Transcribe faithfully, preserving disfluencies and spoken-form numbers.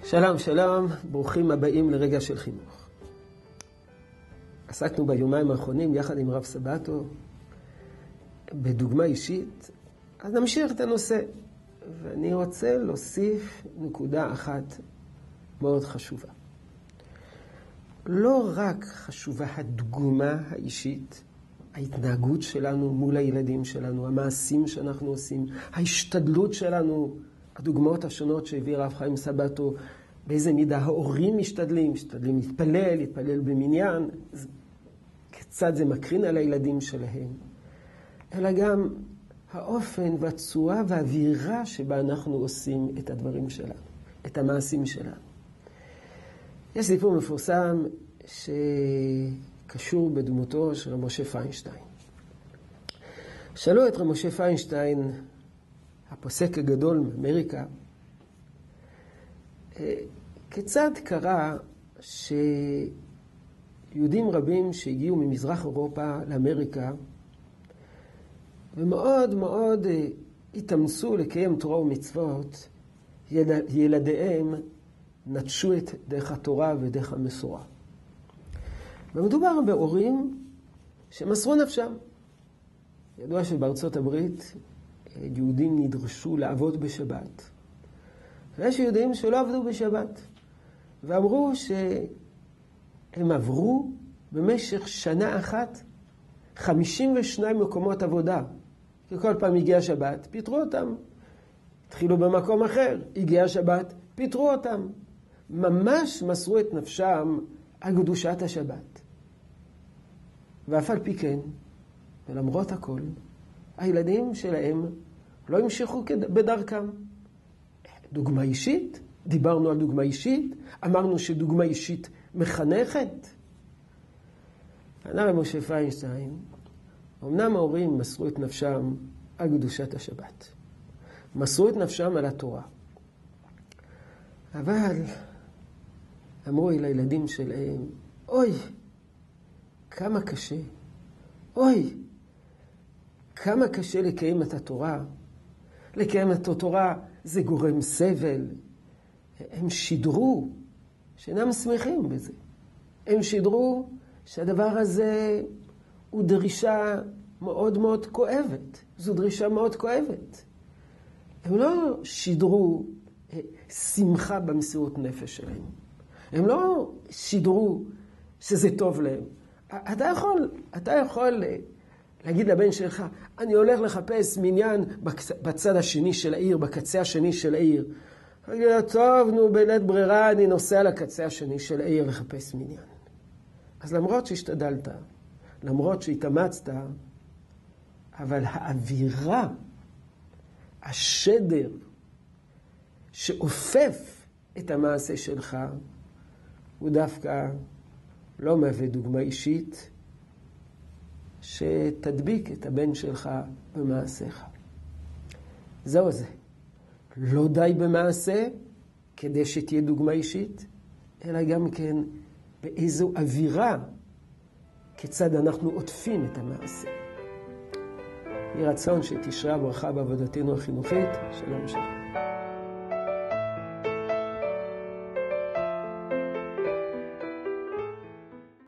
שלום, שלום, ברוכים הבאים לרגע של חינוך. עסקנו ביומיים האחרונים יחד עם רב סבתו בדוגמה אישית, אז נמשיך את הנושא. ואני רוצה להוסיף נקודה אחת מאוד חשובה. לא רק חשובה הדוגמה האישית, ההתנהגות שלנו מול הילדים שלנו, המעשים שאנחנו עושים, ההשתדלות שלנו, הדוגמאות השונות שהביא רב חיים סבתו, באיזה מידה ההורים משתדלים, משתדלים להתפלל, להתפלל במניין, כיצד זה מקרין על הילדים שלהם, אלא גם האופן והצורה והאווירה שבה אנחנו עושים את הדברים שלנו, את המעשים שלנו. יש סיפור מפורסם שקשור בדמותו של רב משה פיינשטיין. שאלו את רב משה פיינשטיין, הפוסק הגדול מאמריקה, כיצד קרה שיהודים רבים שהגיעו ממזרח אירופה לאמריקה ומאוד מאוד התאמצו לקיים תורה ומצוות, ילדיהם נטשו את דרך התורה ודרך המסורה. ומדובר בהורים שמסרו נפשם. ידוע שבארצות הברית יהודים נדרשו לעבוד בשבת. ויש יהודים שלא עבדו בשבת. ואמרו שהם עברו במשך שנה אחת חמישים ושניים מקומות עבודה. כי כל פעם הגיעה שבת, פיטרו אותם. התחילו במקום אחר, הגיעה שבת, פיטרו אותם. ממש מסרו את נפשם על קדושת השבת. ואף על פי כן, ולמרות הכל, הילדים שלהם לא המשיכו בדרכם. דוגמה אישית, דיברנו על דוגמה אישית, אמרנו שדוגמה אישית מחנכת. ענה רב משה פיינשטיין, אמנם ההורים מסרו את נפשם על קדושת השבת. מסרו את נפשם על התורה. אבל אמרו אל הילדים שלהם, אוי, כמה קשה, אוי, כמה קשה לקיים את התורה. לקיים את התורה זה גורם סבל. הם שידרו שאינם שמחים בזה. הם שידרו שהדבר הזה הוא דרישה מאוד מאוד כואבת. זו דרישה מאוד כואבת. הם לא שידרו שמחה במסירות נפש שלהם. הם לא שידרו שזה טוב להם. אתה יכול, אתה יכול להגיד לבן שלך, אני הולך לחפש מניין בצד השני של העיר, בקצה השני של העיר. תגיד לו, טוב, נו, בלית ברירה, אני נוסע לקצה השני של העיר לחפש מניין. אז למרות שהשתדלת, למרות שהתאמצת, אבל האווירה, השדר שאופף את המעשה שלך, הוא דווקא לא מהווה דוגמה אישית שתדביק את הבן שלך במעשיך. זהו זה. לא די במעשה כדי שתהיה דוגמה אישית, אלא גם כן באיזו אווירה כיצד אנחנו עוטפים את המעשה. יהי רצון שתשרה ברכה בעבודתנו החינוכית. שלום שלום.